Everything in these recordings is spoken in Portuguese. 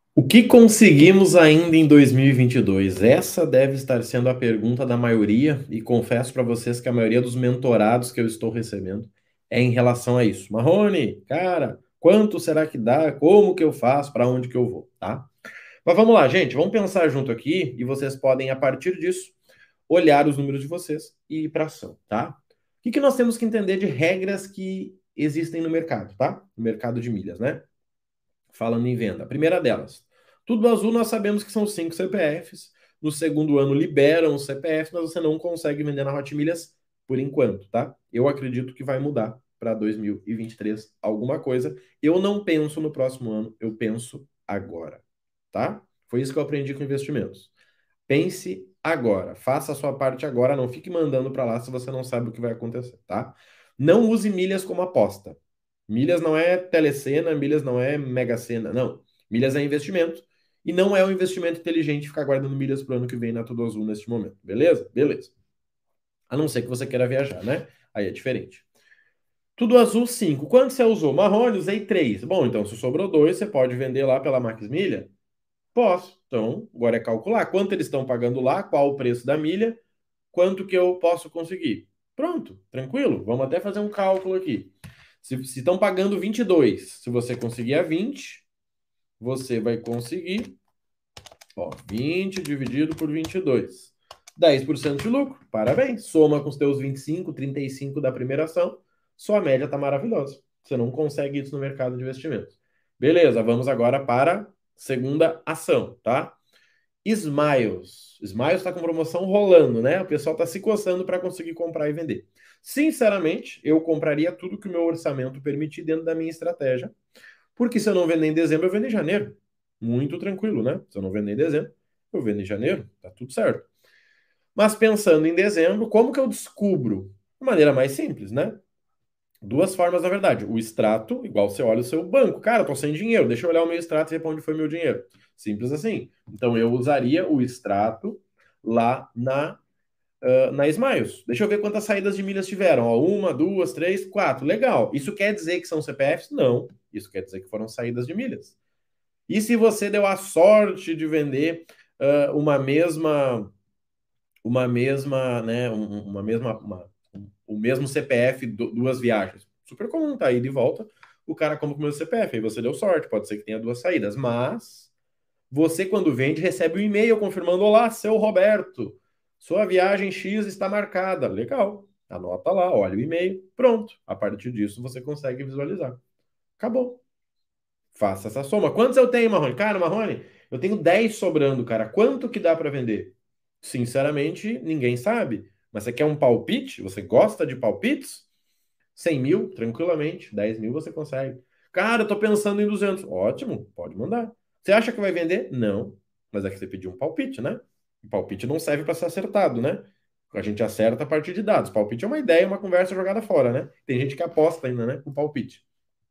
O que conseguimos ainda em 2022? Essa deve estar sendo a pergunta da maioria, e confesso para vocês que a maioria dos mentorados que eu estou recebendo é em relação a isso. Marrone, cara, quanto será que dá? Como que eu faço? Para onde que eu vou? Tá? Mas vamos lá, gente, vamos pensar junto aqui e vocês podem, a partir disso, olhar os números de vocês e ir para ação, tá? O que que nós temos que entender de regras que existem no mercado, tá? No mercado de milhas, né? Falando em venda. A primeira delas, tudo azul nós sabemos que são 5 CPFs. No segundo ano liberam os CPFs, mas você não consegue vender na Hot Milhas por enquanto, tá? Eu acredito que vai mudar para 2023 alguma coisa. Eu não penso no próximo ano, eu penso agora, tá? Foi isso que eu aprendi com investimentos. Pense agora, faça a sua parte agora, não fique mandando para lá se você não sabe o que vai acontecer, tá? Não use milhas como aposta. Milhas não é telecena, milhas não é mega sena, não. Milhas é investimento e não é um investimento inteligente ficar guardando milhas para o ano que vem na Tudo Azul neste momento, beleza? Beleza. A não ser que você queira viajar, né? Aí é diferente. Tudo Azul 5. Quanto você usou? Marrone, usei 3. Bom, então se sobrou 2, você pode vender lá pela Max Milha? Posso. Então, agora é calcular quanto eles estão pagando lá, qual o preço da milha, quanto que eu posso conseguir. Pronto, tranquilo. Vamos até fazer um cálculo aqui. Se estão pagando 22, se você conseguir a 20, você vai conseguir, ó, 20 dividido por 22. 10% de lucro. Parabéns. Soma com os teus 25, 35 da primeira ação. Sua média está maravilhosa. Você não consegue isso no mercado de investimentos. Beleza, vamos agora para a segunda ação, tá? Smiles. Smiles está com promoção rolando, né? O pessoal está se coçando para conseguir comprar e vender. Sinceramente, eu compraria tudo que o meu orçamento permitir dentro da minha estratégia. Porque se eu não vender em dezembro, eu vendo em janeiro. Muito tranquilo, né? Se eu não vender em dezembro, eu vendo em janeiro. Tá tudo certo. Mas pensando em dezembro, como que eu descubro? De maneira mais simples, né? Duas formas, na verdade. O extrato, igual você olha o seu banco. Cara, eu tô sem dinheiro, deixa eu olhar o meu extrato e ver para onde foi meu dinheiro. Simples assim. Então eu usaria o extrato lá na Smiles. Deixa eu ver quantas saídas de milhas tiveram. Ó, uma, duas, três, quatro. Legal. Isso quer dizer que são CPFs? Não. Isso quer dizer que foram saídas de milhas. E se você deu a sorte de vender né, o mesmo CPF, duas viagens. Super comum, tá aí de volta, o cara compra com o mesmo CPF, aí você deu sorte, pode ser que tenha duas saídas, mas você, quando vende, recebe um e-mail confirmando: olá, seu Roberto, sua viagem X está marcada. Legal, anota lá, olha o e-mail, pronto. A partir disso, você consegue visualizar. Acabou. Faça essa soma. Quantos eu tenho, Marrone? Cara, Marrone, eu tenho 10 sobrando, cara. Quanto que dá para vender? Sinceramente, ninguém sabe. Mas você quer um palpite? Você gosta de palpites? 100 mil, tranquilamente. 10 mil você consegue. Cara, eu tô pensando em 200. Ótimo, pode mandar. Você acha que vai vender? Não. Mas é que você pediu um palpite, né? O palpite não serve para ser acertado, né? A gente acerta a partir de dados. Palpite é uma ideia, uma conversa jogada fora, né? Tem gente que aposta ainda, né? Com palpite.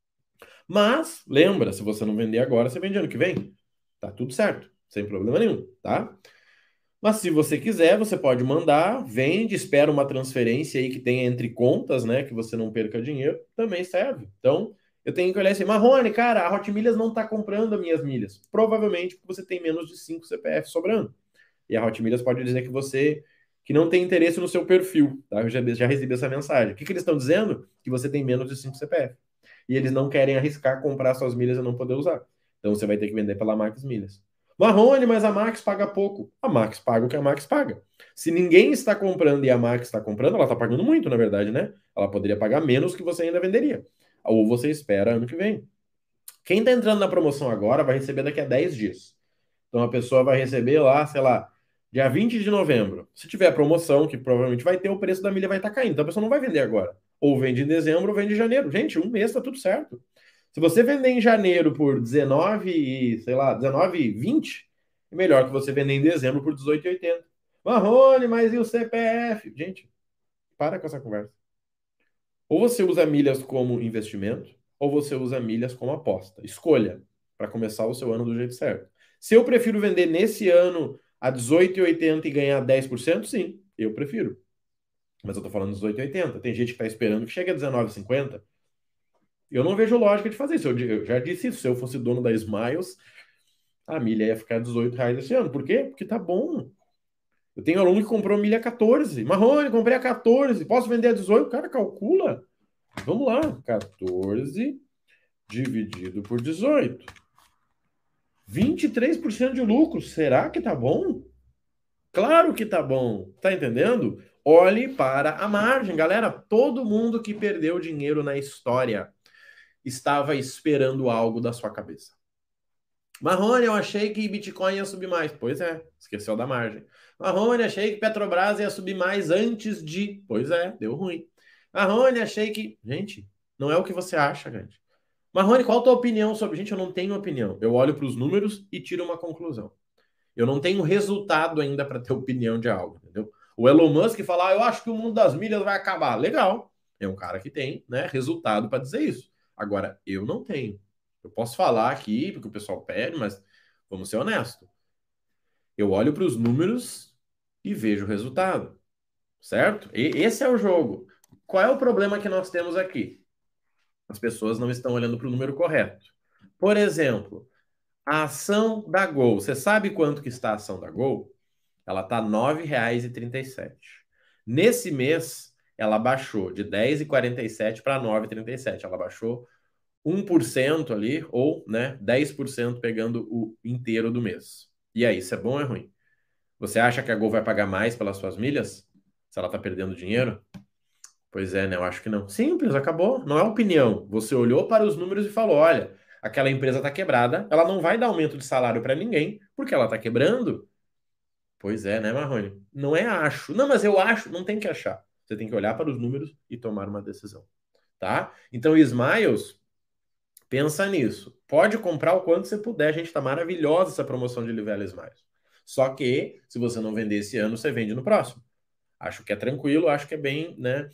Mas, lembra, se você não vender agora, você vende ano que vem. Tá tudo certo, sem problema nenhum, tá? Mas se você quiser, você pode mandar, vende, espera uma transferência aí que tenha entre contas, né? Que você não perca dinheiro, também serve. Então, eu tenho que olhar assim, Marrone, cara, a Hot Milhas não tá comprando as minhas milhas. Provavelmente porque você tem menos de 5 CPF sobrando. E a Hot Milhas pode dizer que não tem interesse no seu perfil, tá? Eu já recebi essa mensagem. O que eles estão dizendo? Que você tem menos de 5 CPF. E eles não querem arriscar comprar suas milhas e não poder usar. Então você vai ter que vender pela Max Milhas. Marrone, mas a Max paga pouco. A Max paga o que a Max paga. Se ninguém está comprando e a Max está comprando, ela está pagando muito, na verdade, né? Ela poderia pagar menos que você ainda venderia. Ou você espera ano que vem. Quem está entrando na promoção agora vai receber daqui a 10 dias. Então a pessoa vai receber lá, sei lá, dia 20 de novembro. Se tiver promoção, que provavelmente vai ter, o preço da milha vai estar caindo. Então a pessoa não vai vender agora. Ou vende em dezembro ou vende em janeiro. Gente, um mês tá tudo certo. Se você vender em janeiro por 19 e, sei lá, 19,20, é melhor que você vender em dezembro por 18,80. Marrone, mas e o CPF? Gente, para com essa conversa. Ou você usa milhas como investimento, ou você usa milhas como aposta. Escolha para começar o seu ano do jeito certo. Se eu prefiro vender nesse ano a 18,80 e ganhar 10%, sim, eu prefiro. Mas eu tô falando 18,80. Tem gente que está esperando que chegue a 19,50. Eu não vejo lógica de fazer isso. Eu já disse isso. Se eu fosse dono da Smiles, a milha ia ficar R$ 18 esse ano. Por quê? Porque tá bom. Eu tenho aluno que comprou milha a 14. Marrone, comprei a 14. Posso vender a 18? Cara, calcula. Vamos lá. 14 dividido por 18. 23% de lucro. Será que tá bom? Claro que tá bom. Tá entendendo? Olhe para a margem, galera. Todo mundo que perdeu dinheiro na história estava esperando algo da sua cabeça. Marrone, eu achei que Bitcoin ia subir mais. Pois é, esqueceu da margem. Marrone, achei que Petrobras ia subir mais antes de. Pois é, deu ruim. Marrone, achei que. Gente, não é o que você acha, gente. Marrone, qual a tua opinião sobre. Gente, eu não tenho opinião. Eu olho para os números e tiro uma conclusão. Eu não tenho resultado ainda para ter opinião de algo, entendeu? O Elon Musk fala, eu acho que o mundo das milhas vai acabar. Legal. É um cara que tem, né, resultado para dizer isso. Agora, eu não tenho. Eu posso falar aqui, porque o pessoal pede, mas vamos ser honestos. Eu olho para os números e vejo o resultado, certo? E esse é o jogo. Qual é o problema que nós temos aqui? As pessoas não estão olhando para o número correto. Por exemplo, a ação da Gol. Você sabe quanto que está a ação da Gol? Ela está R$ 9,37. Nesse mês, ela baixou de 10,47 para 9,37. Ela baixou 1% ali, ou, né, 10% pegando o inteiro do mês. E aí, isso é bom ou é ruim? Você acha que a Gol vai pagar mais pelas suas milhas? Se ela está perdendo dinheiro? Pois é, né? Eu acho que não. Simples, acabou. Não é opinião. Você olhou para os números e falou: olha, aquela empresa está quebrada, ela não vai dar aumento de salário para ninguém, porque ela está quebrando. Pois é, né, Marrone? Não é acho. Não, mas eu acho. Não tem que achar. Você tem que olhar para os números e tomar uma decisão, tá? Então, Smiles, pensa nisso. Pode comprar o quanto você puder. Gente, tá maravilhosa essa promoção de Livelo Smiles. Só que, se você não vender esse ano, você vende no próximo. Acho que é tranquilo, acho que é bem, né?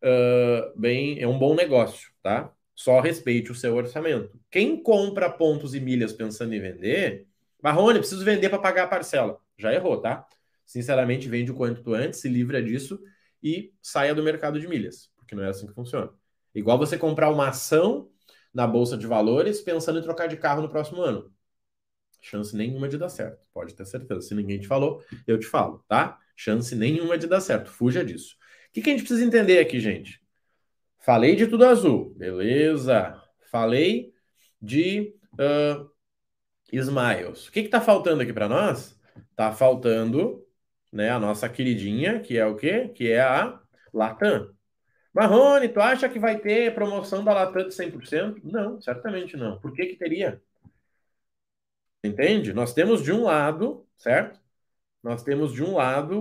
Bem, é um bom negócio, tá? Só respeite o seu orçamento. Quem compra pontos e milhas pensando em vender, Marrone, preciso vender para pagar a parcela. Já errou, tá? Sinceramente, vende o quanto antes, se livra disso e saia do mercado de milhas, porque não é assim que funciona. Igual você comprar uma ação na bolsa de valores pensando em trocar de carro no próximo ano. Chance nenhuma de dar certo, pode ter certeza. Se ninguém te falou, eu te falo, tá? Chance nenhuma de dar certo, fuja disso. O que que a gente precisa entender aqui, gente? Falei de tudo azul, beleza. Falei de Smiles. O que que tá faltando aqui para nós? Tá faltando, né, a nossa queridinha, que é o quê? Que é a Latam. Marrone, tu acha que vai ter promoção da Latam de 100%? Não, certamente não. Por que que teria? Entende? Nós temos de um lado, certo? Nós temos de um lado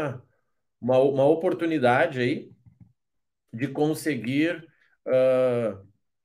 uma oportunidade aí de conseguir ah,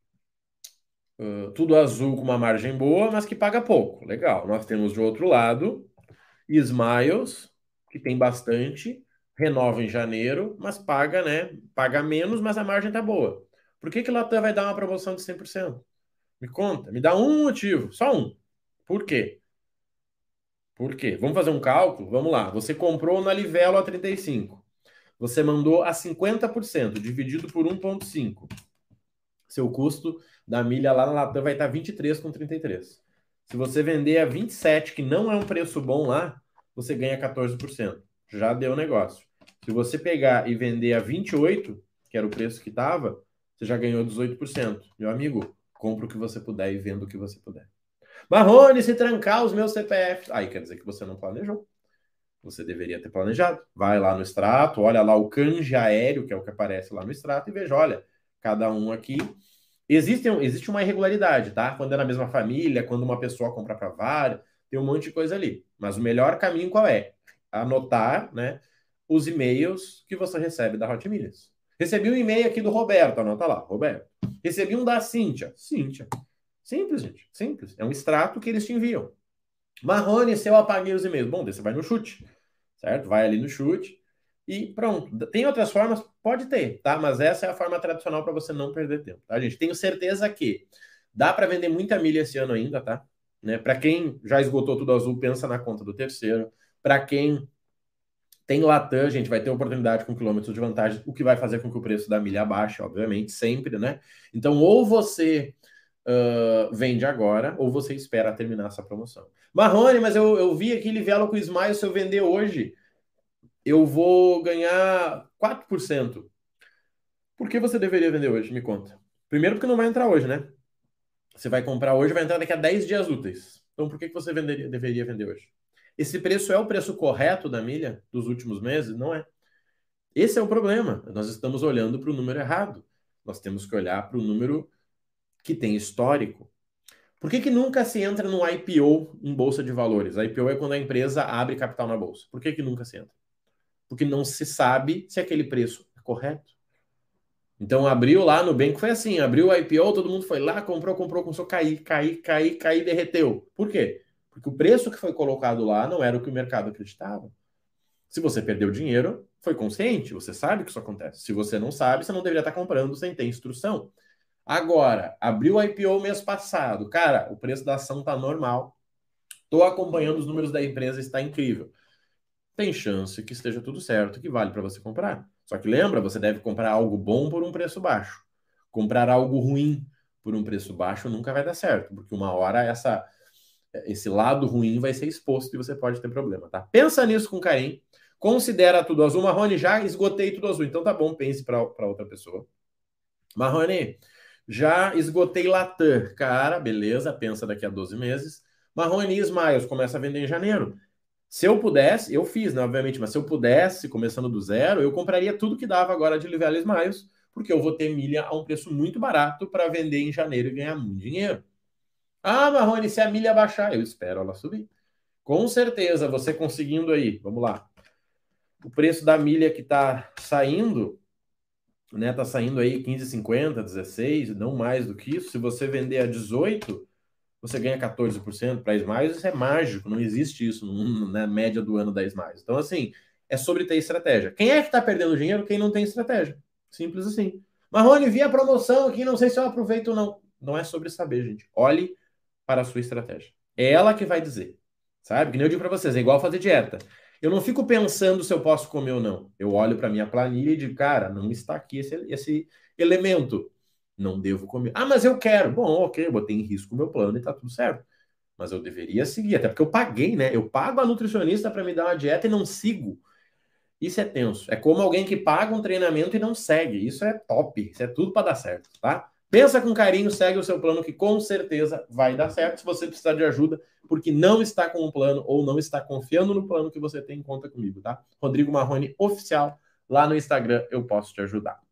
tudo azul com uma margem boa, mas que paga pouco. Legal. Nós temos de outro lado Smiles, que tem bastante, renova em janeiro, mas paga, né? Paga menos, mas a margem tá boa. Por que que Latam vai dar uma promoção de 100%? Me conta, me dá um motivo, só um. Por quê? Por quê? Vamos fazer um cálculo? Vamos lá. Você comprou na Livelo a 35. Você mandou a 50%, dividido por 1,5. Seu custo da milha lá na Latam vai estar 23,33. Se você vender a 27, que não é um preço bom lá, você ganha 14%. Já deu negócio. Se você pegar e vender a 28, que era o preço que estava, você já ganhou 18%. Meu amigo, compra o que você puder e venda o que você puder. Marrone, se trancar os meus CPFs. Aí quer dizer que você não planejou. Você deveria ter planejado. Vai lá no extrato, olha lá o canje aéreo, que é o que aparece lá no extrato, e veja, olha, cada um aqui. Existe uma irregularidade, tá? Quando é na mesma família, quando uma pessoa compra para várias, tem um monte de coisa ali. Mas o melhor caminho qual é? Anotar, né, os e-mails que você recebe da Hot Milhas. Recebi um e-mail aqui do Roberto, anota lá, Roberto. Recebi um da Cíntia. Cíntia. Simples, gente. Simples. É um extrato que eles te enviam. Marrone, se eu apaguei os e-mails. Bom, daí você vai no chute, certo? Vai ali no chute e pronto. Tem outras formas? Pode ter, tá? Mas essa é a forma tradicional para você não perder tempo, tá, gente? Tenho certeza que dá para vender muita milha esse ano ainda, tá? Né? Para quem já esgotou tudo azul, pensa na conta do terceiro. Para quem tem Latam, gente, vai ter oportunidade com quilômetros de vantagem, o que vai fazer com que o preço da milha abaixe, obviamente, sempre, né? Então, ou você vende agora ou você espera terminar essa promoção. Marrone, mas eu vi aqui Livelo com Smile, se eu vender hoje, eu vou ganhar 4%. Por que você deveria vender hoje? Me conta. Primeiro porque não vai entrar hoje, né? Você vai comprar hoje, vai entrar daqui a 10 dias úteis. Então por que você deveria vender hoje? Esse preço é o preço correto da milha dos últimos meses? Não é. Esse é o problema. Nós estamos olhando para o número errado. Nós temos que olhar para o número que tem histórico. Por que nunca se entra no IPO em bolsa de valores? IPO é quando a empresa abre capital na bolsa. Por que nunca se entra? Porque não se sabe se aquele preço é correto. Então abriu lá no Nubank, foi assim, abriu o IPO, todo mundo foi lá, comprou, começou a cair, derreteu. Por quê? Porque o preço que foi colocado lá não era o que o mercado acreditava. Se você perdeu dinheiro, foi consciente, você sabe que isso acontece. Se você não sabe, você não deveria estar comprando sem ter instrução. Agora, abriu o IPO mês passado, cara, o preço da ação tá normal. Estou acompanhando os números da empresa, está incrível. Tem chance que esteja tudo certo, que vale para você comprar. Só que lembra, você deve comprar algo bom por um preço baixo. Comprar algo ruim por um preço baixo nunca vai dar certo, porque uma hora esse lado ruim vai ser exposto e você pode ter problema, tá? Pensa nisso com carinho. Considera tudo azul. Marrone, já esgotei tudo azul. Então tá bom, pense para outra pessoa. Marrone, já esgotei Latam. Cara, beleza, pensa daqui a 12 meses. Marrone e Smiles, começa a vender em janeiro. Se eu pudesse, eu fiz, né, obviamente, mas se eu pudesse, começando do zero, eu compraria tudo que dava agora de Livelo e Smiles, porque eu vou ter milha a um preço muito barato para vender em janeiro e ganhar muito dinheiro. Ah, Marrone, se a milha baixar, eu espero ela subir. Com certeza, você conseguindo aí, vamos lá. O preço da milha que está saindo, né? Tá saindo aí 15,50, 16, não mais do que isso. Se você vender a 18, você ganha 14% para Smiles. Isso é mágico, não existe isso na média do ano da Smiles. Então, assim, é sobre ter estratégia. Quem é que está perdendo dinheiro? Quem não tem estratégia. Simples assim. Marrone, vi a promoção aqui, não sei se eu aproveito ou não. Não é sobre saber, gente. Olhe para a sua estratégia. É ela que vai dizer. Sabe? Que nem eu digo para vocês, é igual fazer dieta. Eu não fico pensando se eu posso comer ou não. Eu olho para minha planilha e digo, cara, não está aqui esse elemento. Não devo comer. Ah, mas eu quero. Bom, ok, eu botei em risco o meu plano e tá tudo certo. Mas eu deveria seguir, até porque eu paguei, né? Eu pago a nutricionista para me dar uma dieta e não sigo. Isso é tenso. É como alguém que paga um treinamento e não segue. Isso é top. Isso é tudo para dar certo, tá? Pensa com carinho, segue o seu plano que com certeza vai dar certo. Se você precisar de ajuda porque não está com um plano ou não está confiando no plano que você tem, conta comigo, tá? Rodrigo Marrone Oficial, lá no Instagram eu posso te ajudar.